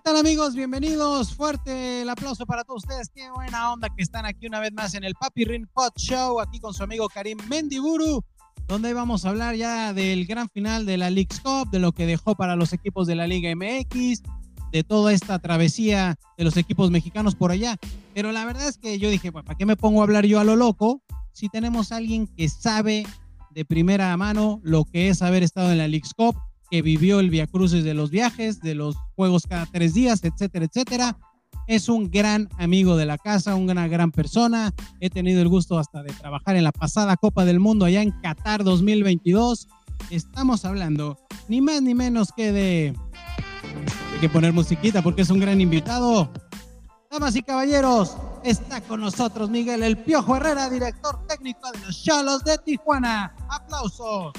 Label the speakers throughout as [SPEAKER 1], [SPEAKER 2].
[SPEAKER 1] tal, amigos? Bienvenidos. Fuerte el aplauso para todos ustedes. Qué buena onda que están aquí una vez más en el Papi Ring Pod Show, aquí con su amigo Karim Mendiburu, donde vamos a hablar ya del gran final de la Leagues Cup, de lo que dejó para los equipos de la Liga MX, de toda esta travesía de los equipos mexicanos por allá. Pero la verdad es que yo dije, bueno, ¿para qué me pongo a hablar yo a lo loco si tenemos a alguien que sabe de primera mano lo que es haber estado en la Leagues Cup, que vivió el viacrucis de los viajes, de los juegos cada 3 días, etcétera, etcétera? Es un gran amigo de la casa, una gran persona. He tenido el gusto hasta de trabajar en la pasada Copa del Mundo allá en Qatar 2022. Estamos hablando ni más ni menos que de... Hay que poner musiquita porque es un gran invitado. Damas y caballeros, está con nosotros Miguel El Piojo Herrera, director técnico de los Xolos de Tijuana. ¡Aplausos!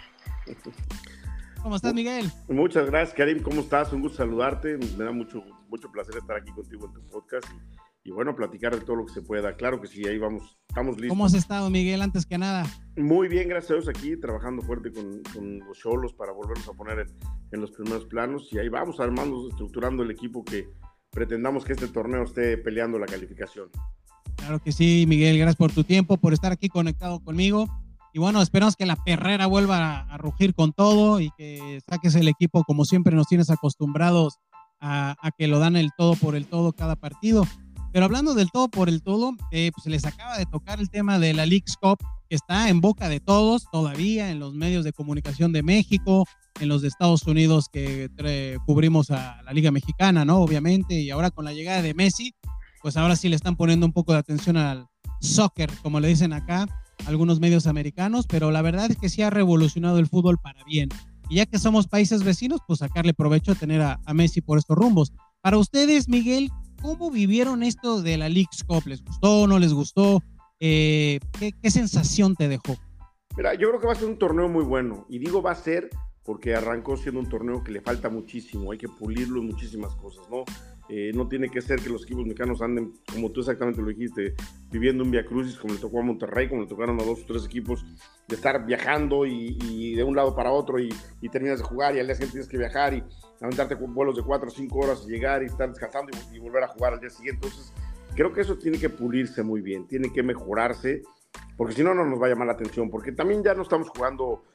[SPEAKER 1] ¿Cómo estás, Miguel?
[SPEAKER 2] Muchas gracias, Karim. ¿Cómo estás? Un gusto saludarte. Me da mucho placer estar aquí contigo en tu podcast y bueno, platicar de todo lo que se pueda. Claro que sí, ahí vamos, estamos listos.
[SPEAKER 1] ¿Cómo has estado, Miguel, antes que nada?
[SPEAKER 2] Muy bien, gracias a Dios, aquí trabajando fuerte con los Xolos para volvernos a poner en los primeros planos, y ahí vamos armando, estructurando el equipo que pretendamos que este torneo esté peleando la calificación.
[SPEAKER 1] Claro que sí, Miguel, gracias por tu tiempo, por estar aquí conectado conmigo. Y bueno, esperamos que la perrera vuelva a rugir con todo y que saques el equipo como siempre nos tienes acostumbrados a que lo dan el todo por el todo cada partido. Pero hablando del todo por el todo, pues les acaba de tocar el tema de la Leagues Cup, que está en boca de todos todavía, en los medios de comunicación de México, en los de Estados Unidos que cubrimos a la Liga Mexicana, ¿no? Obviamente, y ahora con la llegada de Messi, pues ahora sí le están poniendo un poco de atención al soccer, como le dicen acá algunos medios americanos, pero la verdad es que sí ha revolucionado el fútbol para bien. Y ya que somos países vecinos, pues sacarle provecho a tener a Messi por estos rumbos. Para ustedes, Miguel, ¿cómo vivieron esto de la Leagues Cup? ¿Les gustó o no les gustó? ¿Qué sensación te dejó?
[SPEAKER 2] Mira, yo creo que va a ser un torneo muy bueno, y digo va a ser porque arrancó siendo un torneo que le falta muchísimo, hay que pulirlo en muchísimas cosas, ¿no? No tiene que ser que los equipos mexicanos anden, como tú exactamente lo dijiste, viviendo un viacrucis como le tocó a Monterrey, como le tocaron a 2 o 3 equipos, de estar viajando y de un lado para otro y terminas de jugar y al día siguiente tienes que viajar y aventarte con vuelos de 4 o 5 horas y llegar y estar descansando y volver a jugar al día siguiente. Entonces creo que eso tiene que pulirse muy bien, tiene que mejorarse, porque si no, no nos va a llamar la atención, porque también ya no estamos jugando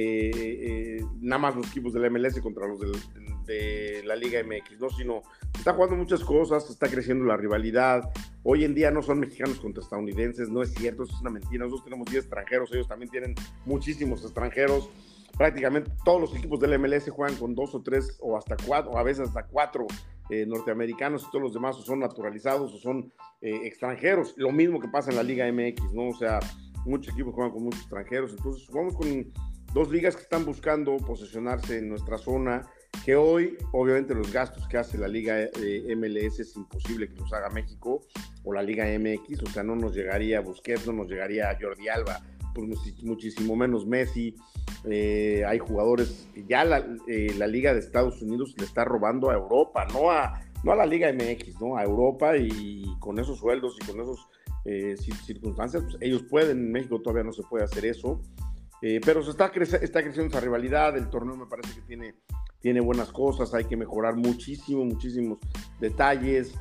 [SPEAKER 2] nada más los equipos de la MLS contra los de la Liga MX, ¿no? Sino está jugando muchas cosas, está creciendo la rivalidad. Hoy en día no son mexicanos contra estadounidenses, no es cierto, eso es una mentira. Nosotros tenemos 10 extranjeros, ellos también tienen muchísimos extranjeros. Prácticamente todos los equipos de la MLS juegan con 2 o 3 o hasta 4, o a veces hasta 4 norteamericanos, y todos los demás o son naturalizados o son extranjeros. Lo mismo que pasa en la Liga MX, ¿no? O sea, muchos equipos juegan con muchos extranjeros. Entonces jugamos con 2 ligas que están buscando posicionarse en nuestra zona, que hoy, obviamente, los gastos que hace la Liga MLS es imposible que los haga México o la Liga MX. O sea, no nos llegaría Busquets, no nos llegaría Jordi Alba, pues muchísimo menos Messi. Hay jugadores que ya la Liga de Estados Unidos le está robando a Europa, no a la Liga MX, ¿no? A Europa, y con esos sueldos y con esas circunstancias, pues ellos pueden. En México todavía no se puede hacer eso. Pero se está creciendo esa rivalidad. El torneo me parece que tiene buenas cosas, hay que mejorar muchísimos detalles.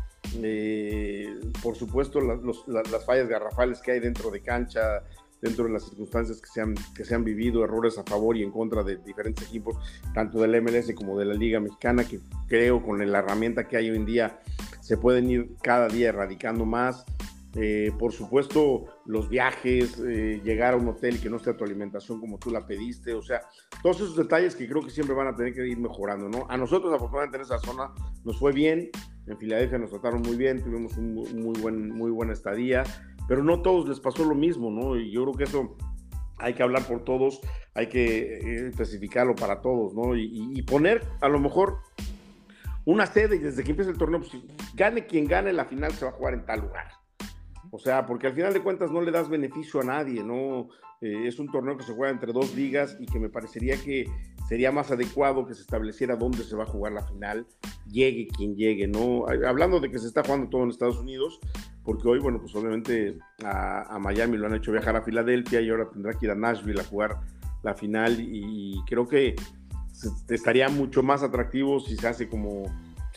[SPEAKER 2] Por supuesto, las fallas garrafales que hay dentro de cancha, dentro de las circunstancias que se han vivido, errores a favor y en contra de diferentes equipos, tanto del MLS como de la Liga Mexicana, que creo con la herramienta que hay hoy en día se pueden ir cada día erradicando más. Por supuesto, los viajes, llegar a un hotel y que no esté a tu alimentación como tú la pediste, o sea, todos esos detalles que creo que siempre van a tener que ir mejorando, ¿no? A nosotros, afortunadamente, en esa zona nos fue bien. En Filadelfia nos trataron muy bien, tuvimos un muy buena estadía, pero no todos les pasó lo mismo, ¿no? Y yo creo que eso hay que hablar por todos, hay que especificarlo para todos, ¿no? Y poner, a lo mejor, una sede, y desde que empiece el torneo, pues, gane quien gane, la final se va a jugar en tal lugar. O sea, porque al final de cuentas no le das beneficio a nadie, ¿no? Es un torneo que se juega entre 2 ligas y que me parecería que sería más adecuado que se estableciera dónde se va a jugar la final, llegue quien llegue, ¿no? Hablando de que se está jugando todo en Estados Unidos, porque hoy, bueno, pues obviamente a Miami lo han hecho viajar a Filadelfia y ahora tendrá que ir a Nashville a jugar la final, y creo que estaría mucho más atractivo si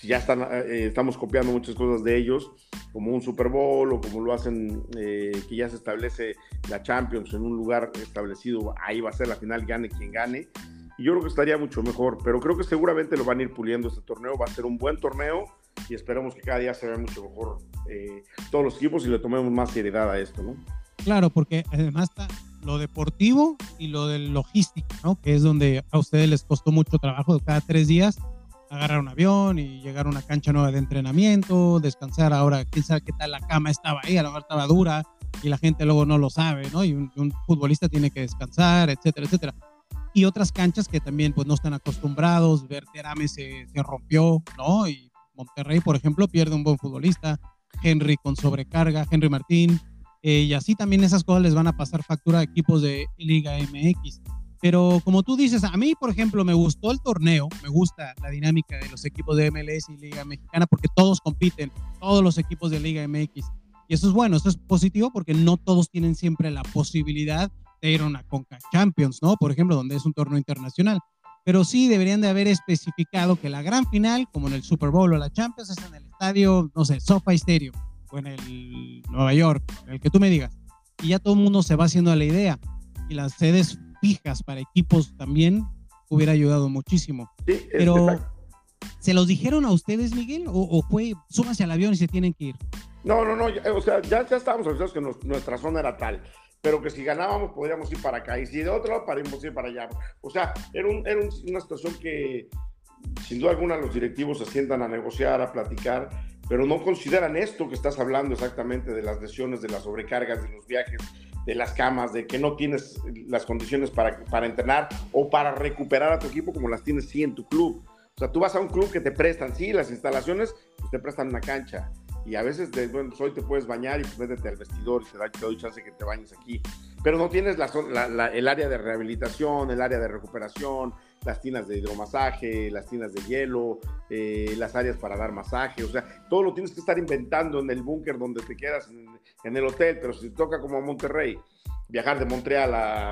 [SPEAKER 2] ya estamos copiando muchas cosas de ellos, como un Super Bowl o como lo hacen, que ya se establece la Champions en un lugar establecido, ahí va a ser la final, gane quien gane, y yo creo que estaría mucho mejor, pero creo que seguramente lo van a ir puliendo este torneo, va a ser un buen torneo y esperemos que cada día se vea mucho mejor todos los equipos y le tomemos más seriedad a esto, ¿no?
[SPEAKER 1] Claro, porque además está lo deportivo y lo de logística, ¿no? Que es donde a ustedes les costó mucho trabajo cada 3 días agarrar un avión y llegar a una cancha nueva de entrenamiento, descansar. Ahora, quién sabe qué tal la cama estaba ahí, a lo mejor estaba dura y la gente luego no lo sabe, ¿no? Y un futbolista tiene que descansar, etcétera, etcétera. Y otras canchas que también pues no están acostumbrados, Berterame se rompió, ¿no? Y Monterrey, por ejemplo, pierde un buen futbolista, Henry con sobrecarga, Henry Martín, y así también esas cosas les van a pasar factura a equipos de Liga MX. Pero como tú dices, a mí, por ejemplo, me gustó el torneo, me gusta la dinámica de los equipos de MLS y Liga Mexicana porque todos compiten, todos los equipos de Liga MX. Y eso es bueno, eso es positivo porque no todos tienen siempre la posibilidad de ir a una Conca Champions, ¿no? Por ejemplo, donde es un torneo internacional. Pero sí deberían de haber especificado que la gran final, como en el Super Bowl o la Champions, es en el estadio, no sé, SoFi Stadium o en el Nueva York, el que tú me digas. Y ya todo el mundo se va haciendo a la idea. Y las sedes fijas para equipos también hubiera ayudado muchísimo.
[SPEAKER 2] Sí,
[SPEAKER 1] pero ¿se los dijeron a ustedes, Miguel? ¿O fue súbanse al avión y se tienen que ir?
[SPEAKER 2] No, o sea, ya estábamos avisados que nuestra zona era tal, pero que si ganábamos podríamos ir para acá, y si de otro lado podríamos ir para allá. O sea, era una situación que sin duda alguna los directivos se sientan a negociar, a platicar, pero no consideran esto que estás hablando exactamente de las lesiones, de las sobrecargas, de los viajes, de las camas, de que no tienes las condiciones para entrenar o para recuperar a tu equipo como las tienes sí en tu club. O sea, tú vas a un club que te prestan, sí, las instalaciones, pues te prestan una cancha. Y a veces, bueno, pues hoy te puedes bañar y pues métete al vestidor y te doy chance que te bañes aquí. Pero no tienes el área de rehabilitación, el área de recuperación, las tinas de hidromasaje, las tinas de hielo, las áreas para dar masaje. O sea, todo lo tienes que estar inventando en el búnker donde te quedas en el hotel. Pero si te toca como a Monterrey, viajar de Montreal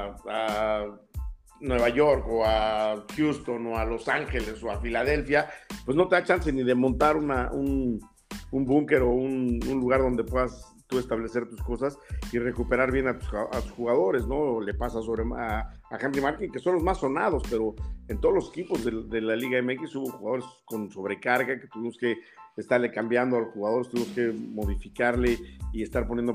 [SPEAKER 2] a Nueva York o a Houston o a Los Ángeles o a Filadelfia, pues no te da chance ni de montar un búnker o un lugar donde puedas tú establecer tus cosas y recuperar bien a tus jugadores, ¿no? Le pasa a Henry Martin, que son los más sonados, pero en todos los equipos de la Liga MX hubo jugadores con sobrecarga que tuvimos que estarle cambiando a los jugadores, tuvimos que modificarle y estar poniendo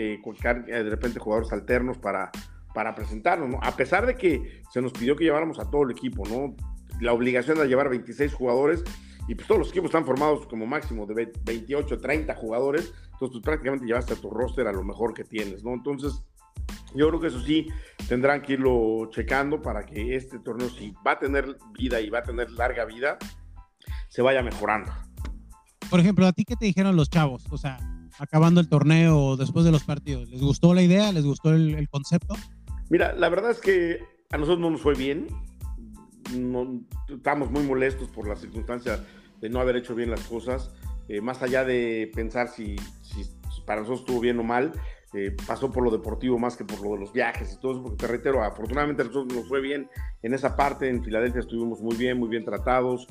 [SPEAKER 2] de repente jugadores alternos para presentarnos, ¿no? A pesar de que se nos pidió que lleváramos a todo el equipo, ¿no? La obligación de llevar 26 jugadores, y pues todos los equipos están formados como máximo de 28, 30 jugadores, entonces pues prácticamente llevaste a tu roster a lo mejor que tienes, ¿no? Entonces yo creo que eso sí tendrán que irlo checando para que este torneo, si va a tener vida y va a tener larga vida, se vaya mejorando.
[SPEAKER 1] Por ejemplo, ¿a ti qué te dijeron los chavos? O sea, acabando el torneo o después de los partidos, ¿les gustó la idea? ¿Les gustó el concepto?
[SPEAKER 2] Mira, la verdad es que a nosotros no nos fue bien. No, estamos muy molestos por la circunstancia de no haber hecho bien las cosas, más allá de pensar si para nosotros estuvo bien o mal, pasó por lo deportivo más que por lo de los viajes y todo eso, porque te reitero, afortunadamente a nosotros nos fue bien en esa parte. En Filadelfia estuvimos muy bien tratados.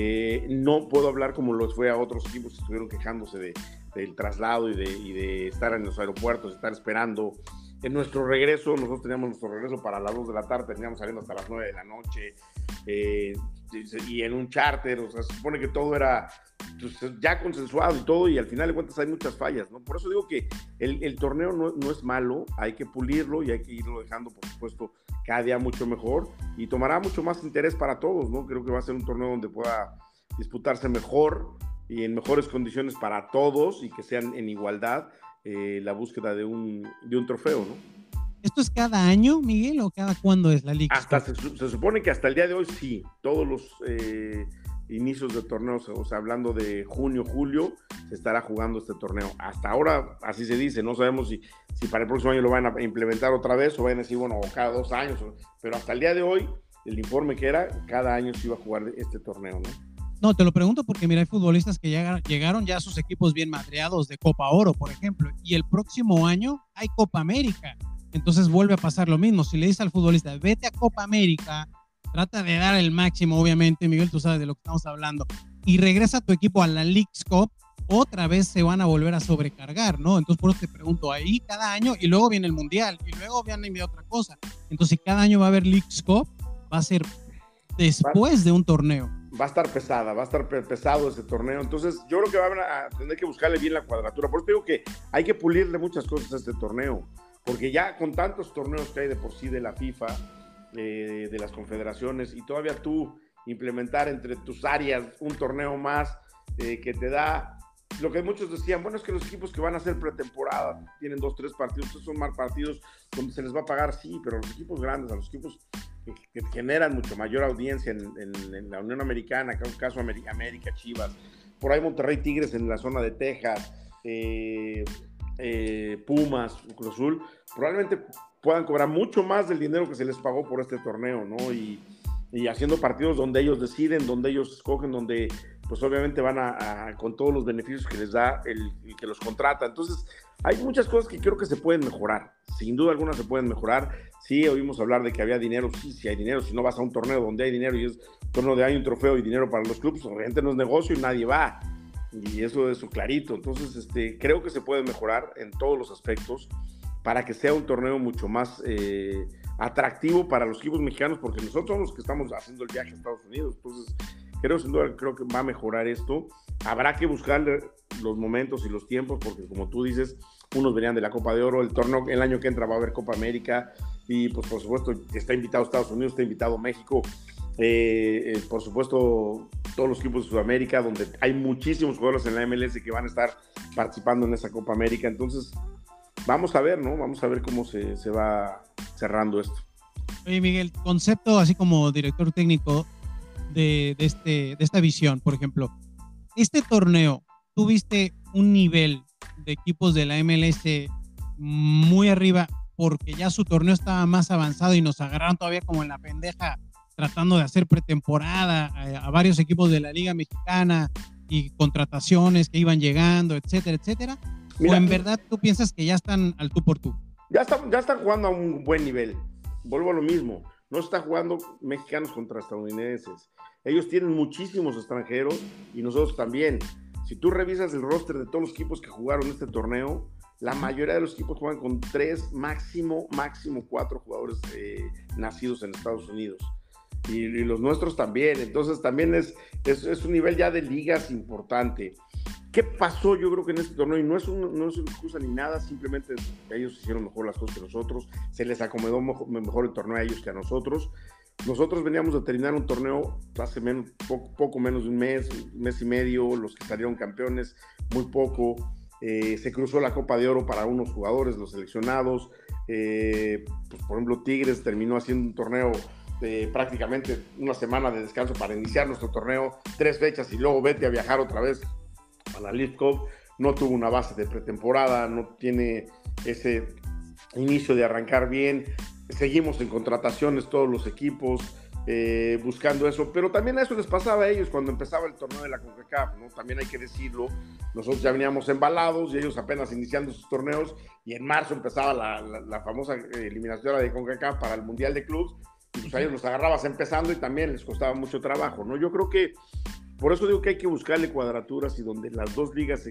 [SPEAKER 2] No puedo hablar como los fue a otros equipos que estuvieron quejándose del traslado y de estar en los aeropuertos, estar esperando. En nuestro regreso, nosotros teníamos nuestro regreso para las 2 de la tarde, teníamos saliendo hasta las 9 de la noche, y en un charter. O sea, se supone que todo era pues, ya consensuado y todo, y al final de cuentas hay muchas fallas, ¿no? Por eso digo que el torneo no es malo, hay que pulirlo y hay que irlo dejando, por supuesto, cada día mucho mejor, y tomará mucho más interés para todos, ¿no? Creo que va a ser un torneo donde pueda disputarse mejor y en mejores condiciones para todos, y que sean en igualdad la búsqueda de un trofeo, ¿no?
[SPEAKER 1] ¿Esto es cada año, Miguel, o cada cuándo es la liga?
[SPEAKER 2] Se supone que hasta el día de hoy sí, todos los inicios de torneos, o sea, hablando de junio, julio, se estará jugando este torneo. Hasta ahora, así se dice, no sabemos si para el próximo año lo van a implementar otra vez o van a decir, bueno, cada 2 años, pero hasta el día de hoy, el informe que era, cada año se iba a jugar este torneo, ¿no?
[SPEAKER 1] No, te lo pregunto porque mira, hay futbolistas que llegaron ya a sus equipos bien madreados de Copa Oro, por ejemplo, y el próximo año hay Copa América. Entonces vuelve a pasar lo mismo. Si le dices al futbolista, vete a Copa América, trata de dar el máximo, obviamente, Miguel, tú sabes de lo que estamos hablando, y regresa tu equipo a la Leagues Cup, otra vez se van a volver a sobrecargar, ¿no? Entonces por eso te pregunto, ahí cada año, y luego viene el Mundial, y luego viene otra cosa. Entonces si cada año va a haber Leagues Cup, va a ser después de un torneo.
[SPEAKER 2] Va a estar pesada, va a estar pesado ese torneo. Entonces yo creo que van a tener que buscarle bien la cuadratura. Por eso digo que hay que pulirle muchas cosas a este torneo, porque ya con tantos torneos que hay de por sí de la FIFA, de las confederaciones, y todavía tú implementar entre tus áreas un torneo más que te da lo que muchos decían, bueno, es que los equipos que van a hacer pretemporada tienen 2, 3 partidos, estos son más partidos donde se les va a pagar, sí, pero a los equipos grandes, a los equipos que generan mucho mayor audiencia en la Unión Americana, caso América, Chivas, por ahí Monterrey, Tigres en la zona de Texas, Pumas, Cruz Azul, probablemente puedan cobrar mucho más del dinero que se les pagó por este torneo, ¿no? Y haciendo partidos donde ellos deciden, donde ellos escogen, donde pues obviamente van con todos los beneficios que les da el que los contrata. Entonces hay muchas cosas que creo que se pueden mejorar, sin duda alguna se pueden mejorar. Sí, oímos hablar de que había dinero, sí hay dinero. Si no vas a un torneo donde hay dinero y es torneo de año, un trofeo y dinero para los clubes, obviamente no es negocio y nadie va, y eso es clarito. Entonces creo que se puede mejorar en todos los aspectos para que sea un torneo mucho más atractivo para los equipos mexicanos, porque nosotros somos los que estamos haciendo el viaje a Estados Unidos. Entonces sin duda creo que va a mejorar esto. Habrá que buscarle los momentos y los tiempos, porque como tú dices, unos venían de la Copa de Oro, el torneo el año que entra va a haber Copa América, y pues por supuesto está invitado Estados Unidos, está invitado México, por supuesto todos los equipos de Sudamérica, donde hay muchísimos jugadores en la MLS que van a estar participando en esa Copa América. Entonces vamos a ver, ¿no? Vamos a ver cómo se va cerrando esto.
[SPEAKER 1] Oye, Miguel, concepto así como director técnico de esta visión, por ejemplo, este torneo, ¿tuviste un nivel de equipos de la MLS muy arriba porque ya su torneo estaba más avanzado y nos agarraron todavía como en la pendeja tratando de hacer pretemporada a varios equipos de la Liga Mexicana y contrataciones que iban llegando, etcétera, etcétera? Mira, ¿o en verdad tú piensas que ya están al tú por tú?
[SPEAKER 2] Ya están jugando a un buen nivel. Vuelvo a lo mismo. No está jugando mexicanos contra estadounidenses. Ellos tienen muchísimos extranjeros y nosotros también. Si tú revisas el roster de todos los equipos que jugaron este torneo, la mayoría de los equipos juegan con 3, máximo 4 jugadores nacidos en Estados Unidos. Y los nuestros también. Entonces también es un nivel ya de ligas importante. ¿Qué pasó? Yo creo que en este torneo, y no es una excusa ni nada, simplemente ellos hicieron mejor las cosas que nosotros, se les acomodó mejor el torneo a ellos que a nosotros. Nosotros veníamos a terminar un torneo hace poco menos de un mes y medio, los que salieron campeones, muy poco. Se cruzó la Copa de Oro para unos jugadores, los seleccionados. Pues, por ejemplo, Tigres terminó haciendo un torneo prácticamente una semana de descanso para iniciar nuestro torneo, 3 fechas y luego vete a viajar otra vez a la Leagues Cup. No tuvo una base de pretemporada, no tiene ese inicio de arrancar bien. Seguimos en contrataciones todos los equipos, buscando eso, pero también a eso les pasaba a ellos cuando empezaba el torneo de la CONCACAF, ¿no? También hay que decirlo, nosotros ya veníamos embalados y ellos apenas iniciando sus torneos, y en marzo empezaba la famosa eliminatoria de CONCACAF para el Mundial de Clubs, y pues a ellos los agarrabas empezando y también les costaba mucho trabajo, ¿no? Yo creo que por eso digo que hay que buscarle cuadraturas y donde las dos ligas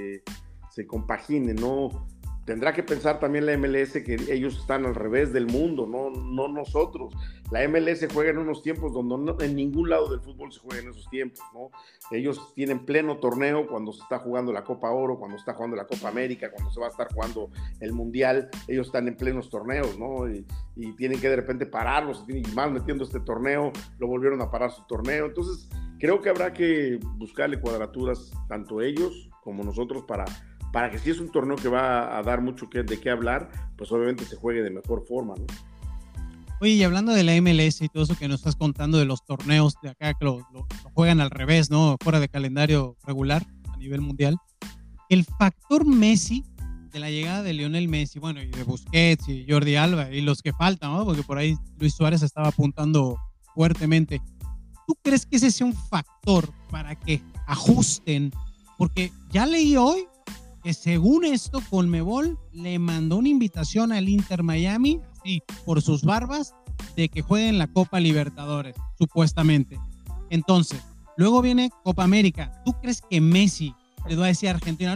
[SPEAKER 2] se compaginen, ¿no? Tendrá que pensar también la MLS que ellos están al revés del mundo, no nosotros. La MLS juega en unos tiempos donde en ningún lado del fútbol se juega en esos tiempos, ¿no? Ellos tienen pleno torneo cuando se está jugando la Copa Oro, cuando se está jugando la Copa América, cuando se va a estar jugando el Mundial. Ellos están en plenos torneos, ¿no? Y tienen que de repente pararlos, y más metiendo este torneo, lo volvieron a parar su torneo. Entonces, creo que habrá que buscarle cuadraturas tanto ellos como nosotros para que si es un torneo que va a dar mucho de qué hablar, pues obviamente se juegue de mejor forma, ¿no?
[SPEAKER 1] Oye, y hablando de la MLS y todo eso que nos estás contando de los torneos de acá que lo juegan al revés, ¿no? Fuera de calendario regular a nivel mundial. El factor Messi, de la llegada de Lionel Messi, bueno, y de Busquets y Jordi Alba y los que faltan, ¿no? Porque por ahí Luis Suárez estaba apuntando fuertemente. ¿Tú crees que ese sea un factor para que ajusten? Porque ya leí hoy que según esto, Conmebol le mandó una invitación al Inter Miami, así, por sus barbas, de que jueguen la Copa Libertadores, supuestamente. Entonces, Luego viene Copa América. ¿Tú crees que Messi le va a decir a Argentina,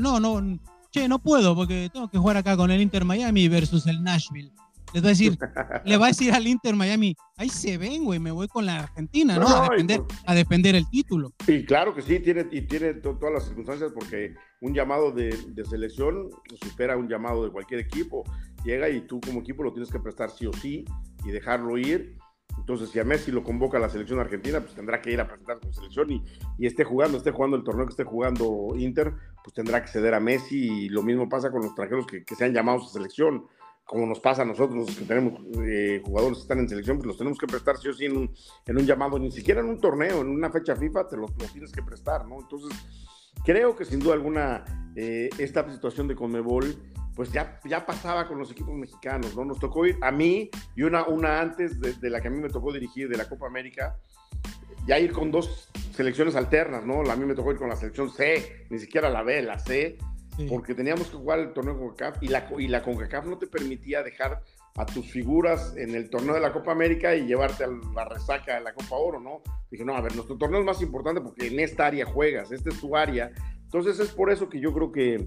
[SPEAKER 1] no puedo porque tengo que jugar acá con el Inter Miami versus el Nashville? Le va a decir al Inter Miami, ahí se ven, güey, me voy con la Argentina, ¿no? A defender el título.
[SPEAKER 2] Y claro que sí, tiene todas las circunstancias, porque un llamado de selección supera un llamado de cualquier equipo. Llega y tú como equipo lo tienes que prestar sí o sí y dejarlo ir. Entonces, si a Messi lo convoca a la selección argentina, pues tendrá que ir a presentar su selección y esté jugando el torneo que esté jugando Inter, pues tendrá que ceder a Messi. Y lo mismo pasa con los extranjeros que sean llamados a selección, como nos pasa a nosotros, los que tenemos jugadores que están en selección, pues los tenemos que prestar sí o sí en un llamado, ni siquiera en un torneo, en una fecha FIFA te lo tienes que prestar, ¿no? Entonces, creo que sin duda alguna esta situación de Conmebol pues ya pasaba con los equipos mexicanos, ¿no? Nos tocó ir a mí y una antes de la que a mí me tocó dirigir, de la Copa América, ya ir con 2 selecciones alternas, ¿no? A mí me tocó ir con la selección C, ni siquiera la B, la C, sí, porque teníamos que jugar el torneo CONCACAF y la CONCACAF no te permitía dejar a tus figuras en el torneo de la Copa América y llevarte a la resaca de la Copa Oro, ¿no? Dije, no, a ver, nuestro torneo es más importante porque en esta área juegas, esta es tu área. Entonces es por eso que yo creo que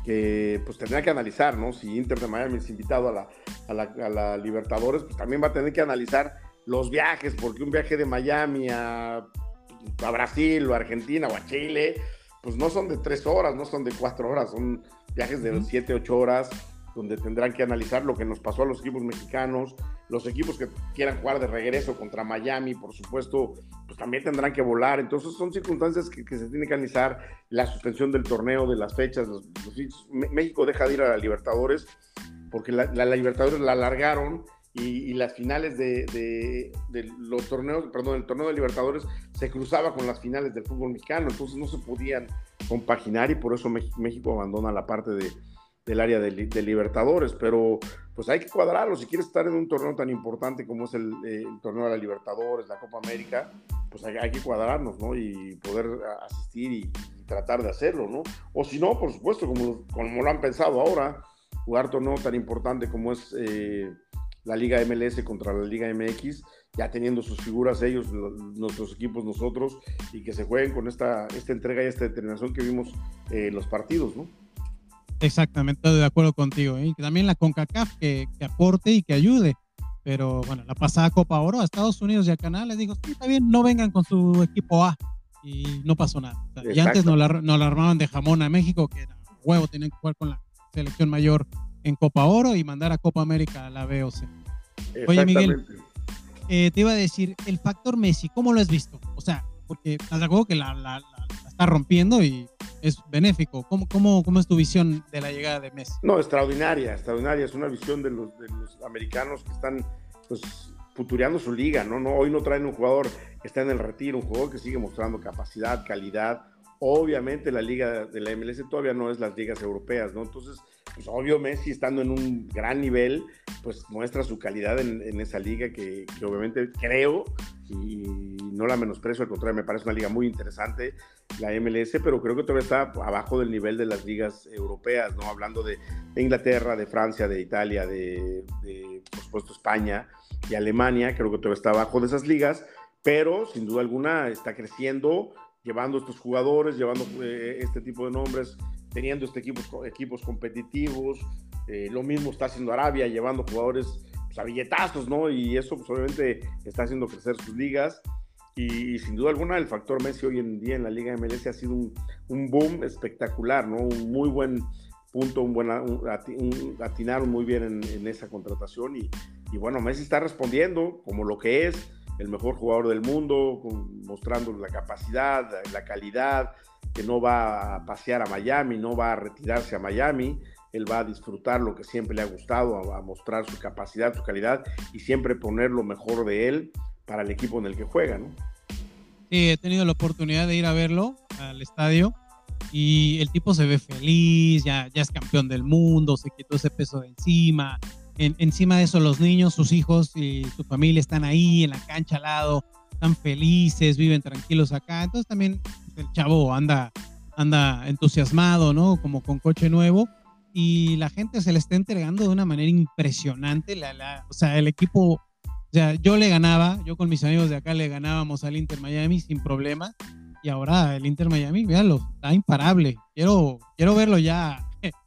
[SPEAKER 2] pues tendría que analizar, ¿no? Si Inter de Miami es invitado a la Libertadores, pues también va a tener que analizar los viajes, porque un viaje de Miami a Brasil o a Argentina o a Chile, pues no son de 3 horas, no son de 4 horas, son viajes de 7, 8 horas, donde tendrán que analizar lo que nos pasó a los equipos mexicanos. Los equipos que quieran jugar de regreso contra Miami, por supuesto, pues también tendrán que volar. Entonces son circunstancias que se tienen que analizar. La suspensión del torneo, de las fechas. México deja de ir a la Libertadores porque la Libertadores la alargaron y las finales de los torneos, perdón, el torneo de Libertadores se cruzaba con las finales del fútbol mexicano. Entonces no se podían compaginar y por eso México abandona la parte del área de Libertadores, pero pues hay que cuadrarlo. Si quieres estar en un torneo tan importante como es el torneo de la Libertadores, la Copa América, pues hay que cuadrarnos, ¿no? Y poder asistir y tratar de hacerlo, ¿no? O si no, por supuesto, como lo han pensado ahora, jugar torneo tan importante como es la Liga MLS contra la Liga MX, ya teniendo sus figuras ellos, nuestros equipos, nosotros, y que se jueguen con esta entrega y esta determinación que vimos los partidos, ¿no?
[SPEAKER 1] Exactamente, estoy de acuerdo contigo, ¿eh? Que también la CONCACAF que aporte y que ayude, pero bueno, la pasada Copa Oro a Estados Unidos y a Canadá les digo, sí, está bien, no vengan con su equipo A, y no pasó nada. O sea, y antes nos la armaban de jamón a México, que era huevo, tenían que jugar con la selección mayor en Copa Oro y mandar a Copa América a la B o C. Oye, Miguel, te iba a decir, el factor Messi, ¿cómo lo has visto? O sea, porque estás de acuerdo que la está rompiendo y es benéfico. ¿Cómo es tu visión de la llegada de Messi?
[SPEAKER 2] No, extraordinaria. Es una visión de los americanos que están pues futureando su liga, ¿no? Hoy no traen un jugador que está en el retiro, un jugador que sigue mostrando capacidad, calidad. Obviamente la liga de la MLS todavía no es las ligas europeas, ¿no? Entonces, pues obvio Messi estando en un gran nivel, pues muestra su calidad en esa liga que obviamente creo, y no la menosprecio, al contrario, me parece una liga muy interesante, la MLS, pero creo que todavía está abajo del nivel de las ligas europeas, ¿no? Hablando de Inglaterra, de Francia, de Italia, de por supuesto España y Alemania, creo que todavía está abajo de esas ligas, pero sin duda alguna está creciendo, llevando estos jugadores, llevando este tipo de nombres, teniendo equipos competitivos. Lo mismo está haciendo Arabia, llevando jugadores pues, a billetazos, ¿no? Y eso pues, obviamente está haciendo crecer sus ligas. Y sin duda alguna el factor Messi hoy en día en la Liga MLS ha sido un boom espectacular, ¿no? Un muy buen punto, atinaron muy bien en esa contratación. Y bueno, Messi está respondiendo como lo que es, el mejor jugador del mundo, mostrando la capacidad, la calidad, que no va a pasear a Miami, no va a retirarse a Miami, él va a disfrutar lo que siempre le ha gustado, a mostrar su capacidad, su calidad y siempre poner lo mejor de él para el equipo en el que juega, ¿no?
[SPEAKER 1] Sí, he tenido la oportunidad de ir a verlo al estadio y el tipo se ve feliz, ya es campeón del mundo, se quitó ese peso de encima. Encima de eso, los niños, sus hijos y su familia están ahí en la cancha al lado, están felices, viven tranquilos acá. Entonces también el chavo anda entusiasmado, ¿no? Como con coche nuevo, y la gente se le está entregando de una manera impresionante. O sea, el equipo, o sea, yo con mis amigos de acá le ganábamos al Inter Miami sin problema, y ahora el Inter Miami, véanlo, está imparable. Quiero verlo ya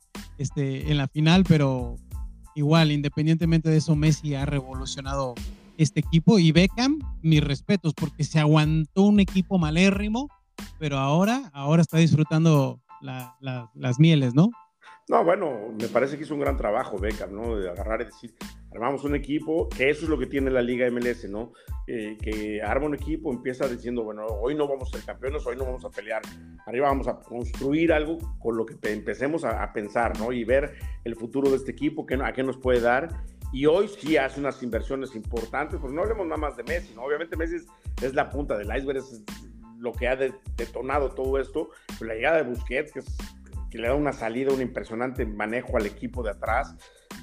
[SPEAKER 1] en la final, pero igual, independientemente de eso, Messi ha revolucionado este equipo, y Beckham, mis respetos, porque se aguantó un equipo malérrimo, pero ahora está disfrutando las mieles, ¿no?
[SPEAKER 2] No, bueno, me parece que hizo un gran trabajo Beckham, ¿no? De agarrar y decir, armamos un equipo, que eso es lo que tiene la Liga MLS, ¿no? Que arma un equipo, empieza diciendo, bueno, hoy no vamos a ser campeones, hoy no vamos a pelear, arriba vamos a construir algo con lo que empecemos a pensar, ¿no? Y ver el futuro de este equipo, a qué nos puede dar. Y hoy sí hace unas inversiones importantes, pues no hablemos nada más de Messi, ¿no? Obviamente Messi es la punta del iceberg, es lo que ha detonado todo esto, pues la llegada de Busquets, que le da una salida, un impresionante manejo al equipo de atrás,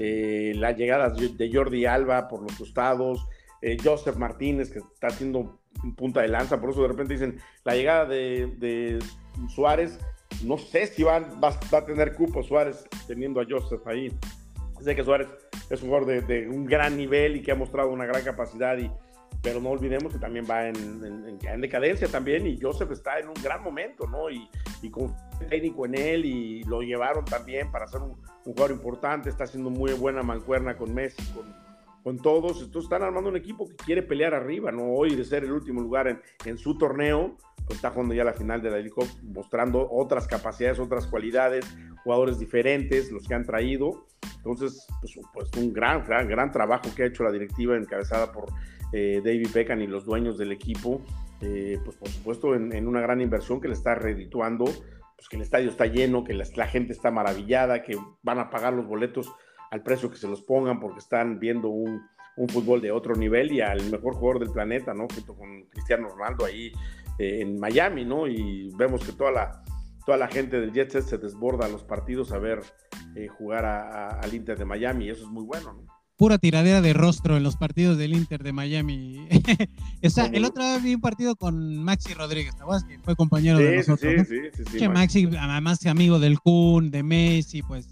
[SPEAKER 2] la llegada de Jordi Alba por los costados, Joseph Martínez, que está haciendo punta de lanza, por eso de repente dicen, la llegada de Suárez, no sé si va a tener cupo Suárez teniendo a Joseph ahí. Sé que Suárez es un jugador de un gran nivel y que ha mostrado una gran capacidad, pero no olvidemos que también va en decadencia también, y Joseph está en un gran momento, ¿no? Y con técnico en él, y lo llevaron también para ser un jugador importante, está haciendo muy buena mancuerna con Messi, con todos. Entonces están armando un equipo que quiere pelear arriba, ¿no? Hoy, de ser el último lugar en su torneo, pues está jugando ya la final de la League Cup, mostrando otras capacidades, otras cualidades, jugadores diferentes, los que han traído. Entonces, pues un gran trabajo que ha hecho la directiva encabezada por David Beckham y los dueños del equipo, pues por supuesto en una gran inversión que le está redituando, pues que el estadio está lleno, que la gente está maravillada, que van a pagar los boletos al precio que se los pongan, porque están viendo un fútbol de otro nivel y al mejor jugador del planeta, ¿no? Junto con Cristiano Ronaldo ahí en Miami, ¿no? Y vemos que toda la gente del Jet Set se desborda a los partidos a ver jugar al Inter de Miami, y eso es muy bueno, ¿no?
[SPEAKER 1] Pura tiradera de rostro en los partidos del Inter de Miami. El otro día vi un partido con Maxi Rodríguez, ¿te acuerdas? Que fue compañero de nosotros, ¿no? Sí, Maxi, además adamigo del Kun, de Messi, pues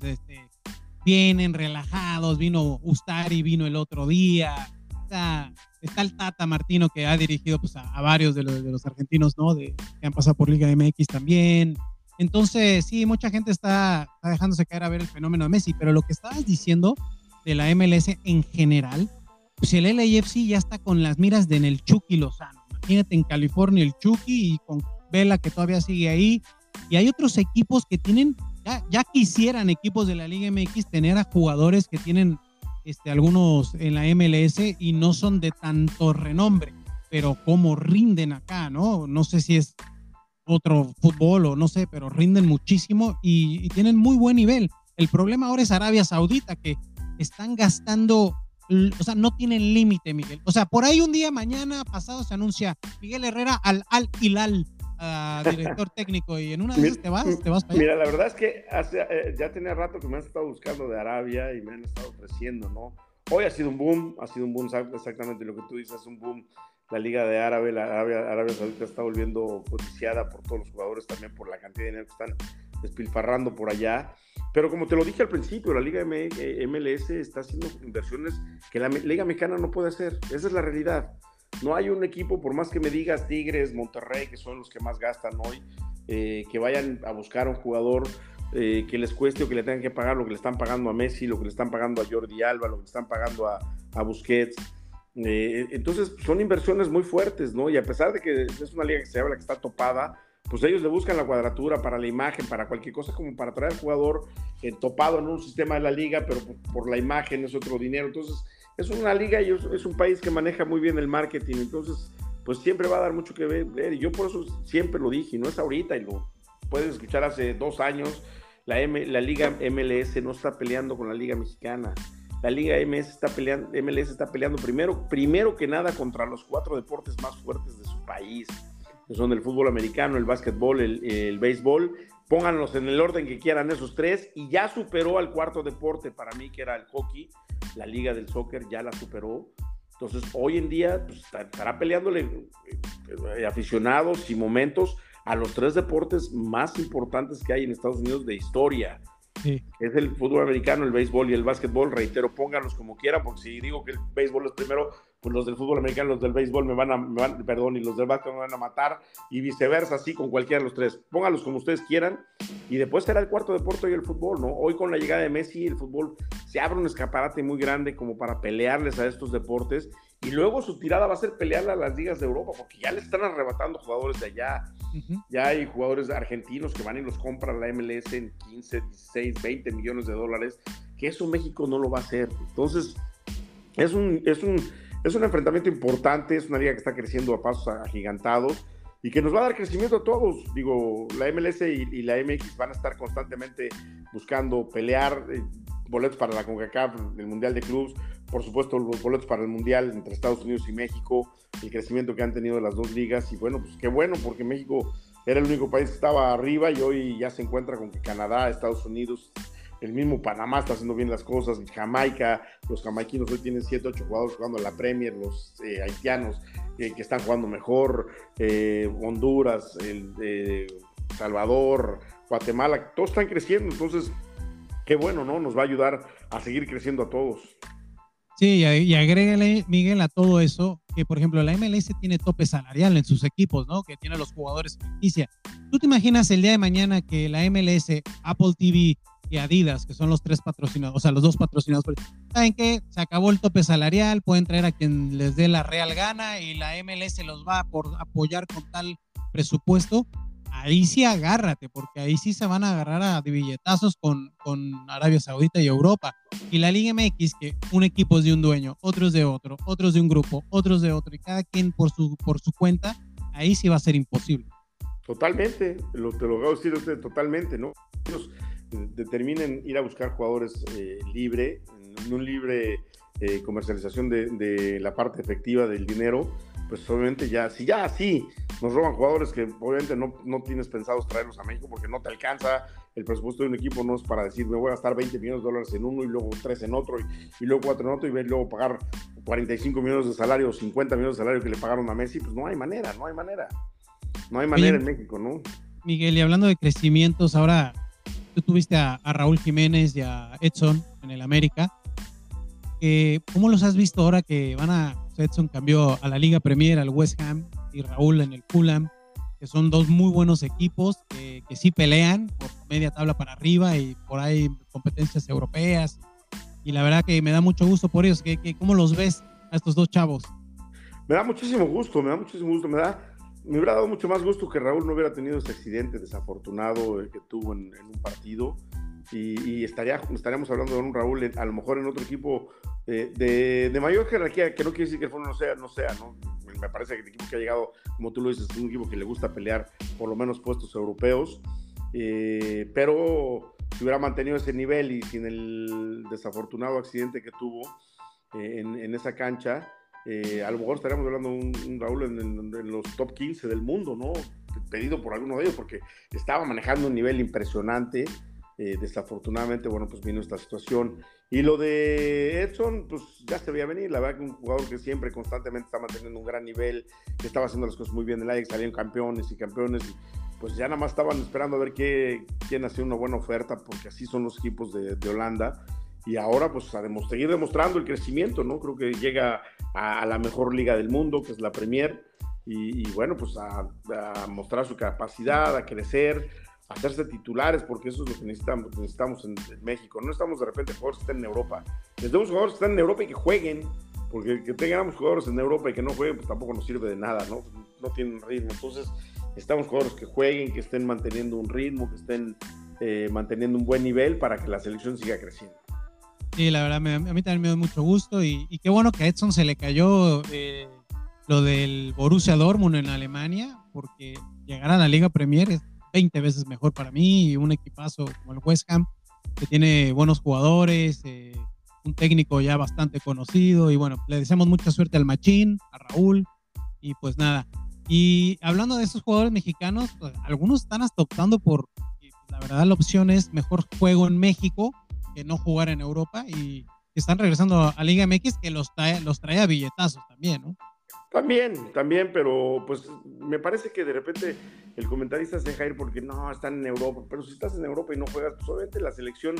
[SPEAKER 1] vienen relajados, vino Ustari, vino el otro día, está el Tata Martino, que ha dirigido pues a varios de los argentinos, ¿no? Que han pasado por Liga MX también. Entonces, sí, mucha gente está dejándose caer a ver el fenómeno de Messi, pero lo que estabas diciendo de la MLS en general, pues el LAFC ya está con las miras en el Chucky Lozano. Imagínate en California el Chucky, y con Vela, que todavía sigue ahí, y hay otros equipos que tienen, ya quisieran equipos de la Liga MX tener a jugadores que tienen algunos en la MLS y no son de tanto renombre, pero como rinden acá, ¿no? No sé si es otro fútbol o no sé, pero rinden muchísimo y tienen muy buen nivel. El problema ahora es Arabia Saudita, que están gastando, o sea, no tienen límite, Miguel. O sea, por ahí un día, mañana pasado, se anuncia Miguel Herrera al Hilal, director técnico, y en una de esas te vas para allá.
[SPEAKER 2] Mira, la verdad es que ya tenía rato que me han estado buscando de Arabia y me han estado ofreciendo, ¿no? Hoy ha sido un boom, exactamente lo que tú dices, un boom. La Liga de Arabia Saudita está volviendo codiciada por todos los jugadores, también por la cantidad de dinero que están despilfarrando por allá. Pero como te lo dije al principio, la Liga MLS está haciendo inversiones que la Liga Mexicana no puede hacer. Esa es la realidad. No hay un equipo, por más que me digas Tigres, Monterrey, que son los que más gastan hoy, que vayan a buscar un jugador que les cueste o que le tengan que pagar lo que le están pagando a Messi, lo que le están pagando a Jordi Alba, lo que le están pagando a Busquets. Entonces son inversiones muy fuertes, ¿no? Y a pesar de que es una liga que se habla que está topada, pues ellos le buscan la cuadratura para la imagen, para cualquier cosa, como para traer al jugador topado en un sistema de la liga, pero por la imagen es otro dinero. Entonces es una liga y es un país que maneja muy bien el marketing, entonces pues siempre va a dar mucho que ver, y yo por eso siempre lo dije, y no es ahorita, y lo puedes escuchar hace 2 años, la Liga MLS no está peleando con la Liga Mexicana. La Liga MLS está peleando primero que nada contra los 4 deportes más fuertes de su país, que son el fútbol americano, el básquetbol, el béisbol. Pónganlos en el orden que quieran esos 3, y ya superó al 4º deporte para mí, que era el hockey. La Liga del Soccer ya la superó. Entonces hoy en día pues, estará peleándole aficionados y momentos a los 3 deportes más importantes que hay en Estados Unidos de historia. Sí. Es el fútbol americano, el béisbol y el básquetbol. Reitero, pónganlos como quieran, porque si digo que el béisbol es primero, pues los del fútbol americano, los del béisbol y los del básquet me van a matar, y viceversa, así con cualquiera de los tres. Pónganlos como ustedes quieran, y después será el cuarto deporte y el fútbol, ¿no? Hoy con la llegada de Messi, el fútbol se abre un escaparate muy grande como para pelearles a estos deportes, y luego su tirada va a ser pelearle a las ligas de Europa, porque ya le están arrebatando jugadores de allá. Ya hay jugadores argentinos que van y los compran la MLS en 15, 16, 20 millones de dólares, que eso México no lo va a hacer. Entonces, es un enfrentamiento importante, es una liga que está creciendo a pasos agigantados y que nos va a dar crecimiento a todos. Digo, la MLS y la MX van a estar constantemente buscando pelear boletos para la CONCACAF, el Mundial de Clubes, por supuesto los boletos para el Mundial entre Estados Unidos y México, el crecimiento que han tenido las dos ligas, y bueno, pues qué bueno, porque México era el único país que estaba arriba y hoy ya se encuentra con que Canadá, Estados Unidos, el mismo Panamá está haciendo bien las cosas, Jamaica, los jamaiquinos hoy tienen 7, 8 jugadores jugando en la Premier, los haitianos que están jugando mejor, Honduras, Salvador, Guatemala, todos están creciendo, entonces qué bueno, ¿no? Nos va a ayudar a seguir creciendo a todos.
[SPEAKER 1] Sí, y agrégale, Miguel, a todo eso, que por ejemplo la MLS tiene tope salarial en sus equipos, ¿no? Que tiene los jugadores ficticia. ¿Tú te imaginas el día de mañana que la MLS, Apple TV y Adidas, que son los tres patrocinadores, o sea, los dos patrocinadores, ¿saben qué? Se acabó el tope salarial, pueden traer a quien les dé la real gana y la MLS los va a apoyar con tal presupuesto? Ahí sí agárrate, porque ahí sí se van a agarrar a billetazos con Arabia Saudita y Europa. Y la Liga MX, que un equipo es de un dueño, otros de otro, otros de un grupo, otros de otro, y cada quien por su cuenta, ahí sí va a ser imposible.
[SPEAKER 2] Totalmente, te lo acabo de decir totalmente, ¿no? Ellos determinen ir a buscar jugadores libre, en un libre comercialización de la parte efectiva del dinero, pues obviamente si así nos roban jugadores que obviamente no tienes pensados traerlos a México porque no te alcanza el presupuesto de un equipo, no es para decir me voy a gastar 20 millones de dólares en uno y luego 3 en otro y luego 4 en otro y luego pagar 45 millones de salario o 50 millones de salario que le pagaron a Messi, pues no hay manera Oye, en México, ¿no?
[SPEAKER 1] Miguel, y hablando de crecimientos, ahora tú tuviste a Raúl Jiménez y a Edson en el América. ¿Cómo los has visto ahora que Edson cambió a la Liga Premier, al West Ham, y Raúl en el Fulham, que son dos muy buenos equipos que sí pelean por media tabla para arriba y por ahí competencias europeas? Y la verdad que me da mucho gusto por ellos. ¿Cómo los ves a estos dos chavos?
[SPEAKER 2] Me da muchísimo gusto. Me hubiera dado mucho más gusto que Raúl no hubiera tenido ese accidente desafortunado que tuvo en un partido. Y estaríamos hablando de un Raúl a lo mejor en otro equipo de mayor jerarquía, que no quiere decir que el fondo no sea, ¿no? Me parece que el equipo que ha llegado, como tú lo dices, es un equipo que le gusta pelear por lo menos puestos europeos, pero si hubiera mantenido ese nivel y sin el desafortunado accidente que tuvo en esa cancha, a lo mejor estaríamos hablando de un Raúl en los top 15 del mundo, ¿no? Pedido por alguno de ellos, porque estaba manejando un nivel impresionante. Desafortunadamente, bueno, pues vino esta situación. Y lo de Edson, pues ya se veía venir. La verdad que un jugador que siempre, constantemente está manteniendo un gran nivel, que estaba haciendo las cosas muy bien en el Ajax, salían campeones, y pues ya nada más estaban esperando a ver quién hacía una buena oferta, porque así son los equipos de Holanda. Y ahora, pues, seguir demostrando el crecimiento, ¿no? Creo que llega a la mejor liga del mundo, que es la Premier, y bueno, pues a mostrar su capacidad, a crecer, hacerse titulares, porque eso es lo que necesitamos en México. No estamos de repente jugadores que estén en Europa. Necesitamos jugadores que estén en Europa y que jueguen, porque que tengamos jugadores en Europa y que no jueguen, pues tampoco nos sirve de nada, ¿no? No tienen ritmo. Entonces, necesitamos jugadores que jueguen, que estén manteniendo un ritmo, que estén manteniendo un buen nivel para que la selección siga creciendo.
[SPEAKER 1] Sí, la verdad, a mí también me da mucho gusto y qué bueno que a Edson se le cayó lo del Borussia Dortmund en Alemania, porque llegar a la Liga Premier es 20 veces mejor para mí, y un equipazo como el West Ham, que tiene buenos jugadores, un técnico ya bastante conocido, y bueno, le deseamos mucha suerte al Machín, a Raúl, y pues nada. Y hablando de esos jugadores mexicanos, pues, algunos están hasta optando por, la verdad, la opción es mejor juego en México que no jugar en Europa, y están regresando a Liga MX, que los trae a billetazos también, ¿no?
[SPEAKER 2] También, pero pues me parece que de repente el comentarista se deja ir porque no, están en Europa, pero si estás en Europa y no juegas, pues obviamente la selección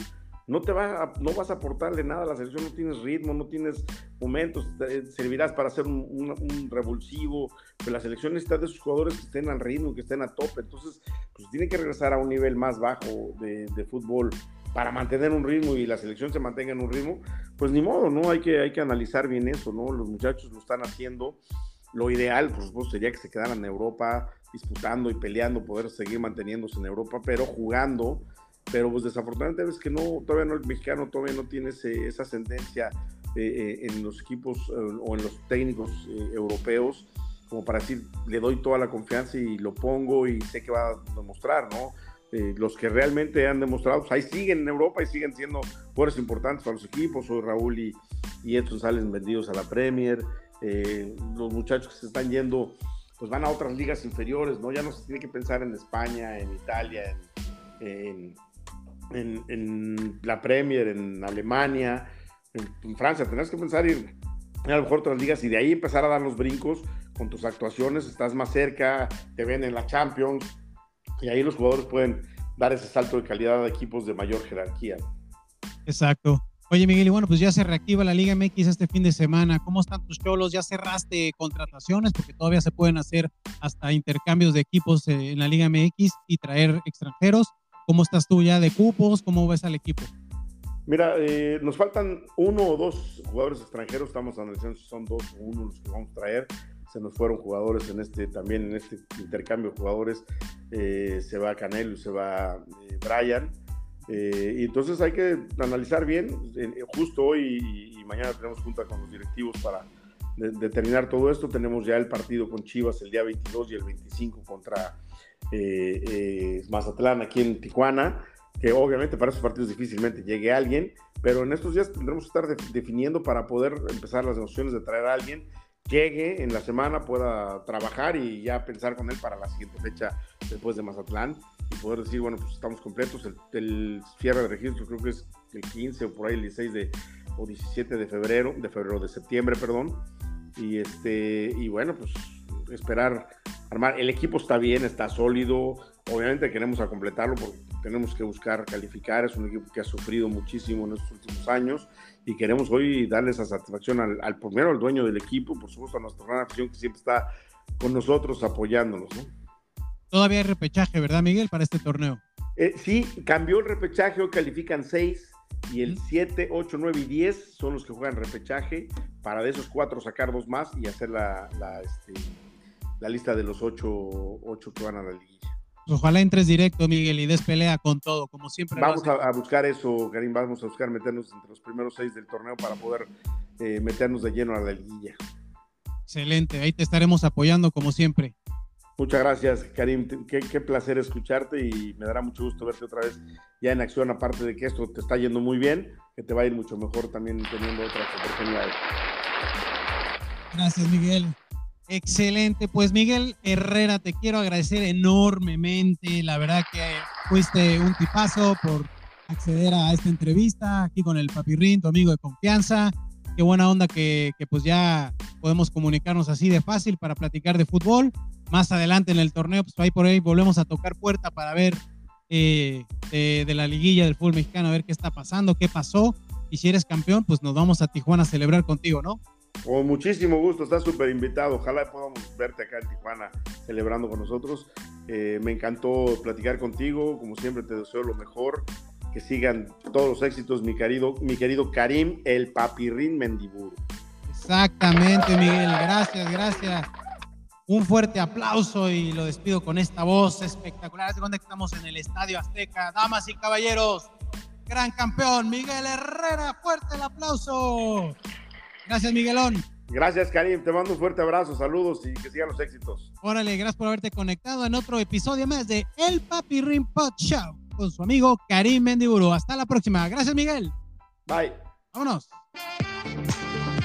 [SPEAKER 2] no vas a aportarle nada a la selección, no tienes ritmo, no tienes momentos, servirás para hacer un revulsivo, pero la selección necesita de esos jugadores que estén al ritmo, que estén a tope, entonces pues tiene que regresar a un nivel más bajo de fútbol para mantener un ritmo y la selección se mantenga en un ritmo, pues ni modo, ¿no? Hay que analizar bien eso, ¿no? Los muchachos lo están haciendo. Lo ideal, por supuesto, sería que se quedaran en Europa disputando y peleando, poder seguir manteniéndose en Europa, pero jugando. Pero pues desafortunadamente es que todavía no, el mexicano todavía no tiene esa ascendencia en los equipos o en los técnicos europeos, como para decir, le doy toda la confianza y lo pongo y sé que va a demostrar, ¿no? Los que realmente han demostrado, pues ahí siguen en Europa y siguen siendo jugadores importantes para los equipos. Hoy Raúl y Edson salen vendidos a la Premier. Los muchachos que se están yendo, pues van a otras ligas inferiores, ¿no? Ya no se tiene que pensar en España, en Italia, en la Premier, en Alemania, en Francia. Tendrás que pensar ir a lo mejor otras ligas y de ahí empezar a dar los brincos con tus actuaciones. Estás más cerca, te ven en la Champions y ahí los jugadores pueden dar ese salto de calidad a equipos de mayor jerarquía.
[SPEAKER 1] Exacto. Oye, Miguel, y bueno, pues ya se reactiva la Liga MX este fin de semana. ¿Cómo están tus Cholos? ¿Ya cerraste contrataciones? Porque todavía se pueden hacer hasta intercambios de equipos en la Liga MX y traer extranjeros. ¿Cómo estás tú ya de cupos? ¿Cómo ves al equipo?
[SPEAKER 2] Mira, nos faltan 1 o 2 jugadores extranjeros. Estamos analizando si son 2 o 1 los que vamos a traer. Se nos fueron jugadores también en este intercambio de jugadores. Se va Canelo y se va Brian. Y entonces hay que analizar bien. Justo hoy y mañana tenemos junta con los directivos para determinar todo esto. Tenemos ya el partido con Chivas el día 22 y el 25 contra Mazatlán aquí en Tijuana, que obviamente para esos partidos difícilmente llegue alguien, pero en estos días tendremos que estar definiendo para poder empezar las negociaciones de traer a alguien, llegue en la semana, pueda trabajar y ya pensar con él para la siguiente fecha después de Mazatlán y poder decir, bueno, pues estamos completos. El cierre de registro creo que es el 15 o por ahí el 16 o 17 de septiembre, y bueno, pues esperar armar. El equipo está bien, está sólido, obviamente queremos a completarlo porque tenemos que buscar calificar. Es un equipo que ha sufrido muchísimo en estos últimos años y queremos hoy darle esa satisfacción al primero, al dueño del equipo, por supuesto a nuestra gran afición que siempre está con nosotros apoyándonos, ¿no?
[SPEAKER 1] Todavía hay repechaje, ¿verdad, Miguel, para este torneo?
[SPEAKER 2] Sí, cambió el repechaje, hoy califican 6 y el 7, 8, 9 y 10 son los que juegan repechaje, para de esos 4 sacar 2 más y hacer la lista de los 8 que van a la liguilla.
[SPEAKER 1] Ojalá entres directo, Miguel, y des pelea con todo, como siempre.
[SPEAKER 2] Vamos a buscar eso, Karim, vamos a buscar meternos entre los primeros 6 del torneo para poder meternos de lleno a la liguilla.
[SPEAKER 1] Excelente, ahí te estaremos apoyando como siempre.
[SPEAKER 2] Muchas gracias, Karim, qué placer escucharte y me dará mucho gusto verte otra vez ya en acción, aparte de que esto te está yendo muy bien, que te va a ir mucho mejor también teniendo otras oportunidades.
[SPEAKER 1] Gracias, Miguel. Excelente, pues Miguel Herrera, te quiero agradecer enormemente, la verdad que fuiste un tipazo por acceder a esta entrevista aquí con el Papirrín, tu amigo de confianza. Qué buena onda que pues ya podemos comunicarnos así de fácil para platicar de fútbol. Más adelante en el torneo, pues ahí por ahí volvemos a tocar puerta para ver de la liguilla del fútbol mexicano, a ver qué está pasando, qué pasó, y si eres campeón, pues nos vamos a Tijuana a celebrar contigo, ¿no?
[SPEAKER 2] Con muchísimo gusto, estás súper invitado. Ojalá podamos verte acá en Tijuana celebrando con nosotros. Me encantó platicar contigo. Como siempre, te deseo lo mejor. Que sigan todos los éxitos, mi querido Karim, el Papirrín Mendiburu.
[SPEAKER 1] Exactamente, Miguel. Gracias. Un fuerte aplauso y lo despido con esta voz espectacular. ¿De dónde estamos? En el Estadio Azteca. Damas y caballeros, gran campeón, Miguel Herrera. Fuerte el aplauso. Gracias, Miguelón.
[SPEAKER 2] Gracias, Karim. Te mando un fuerte abrazo, saludos y que sigan los éxitos.
[SPEAKER 1] Órale, gracias por haberte conectado en otro episodio más de El Papirrín Pod Show con su amigo Karim Mendiburu. Hasta la próxima. Gracias, Miguel.
[SPEAKER 2] Bye.
[SPEAKER 1] Vámonos.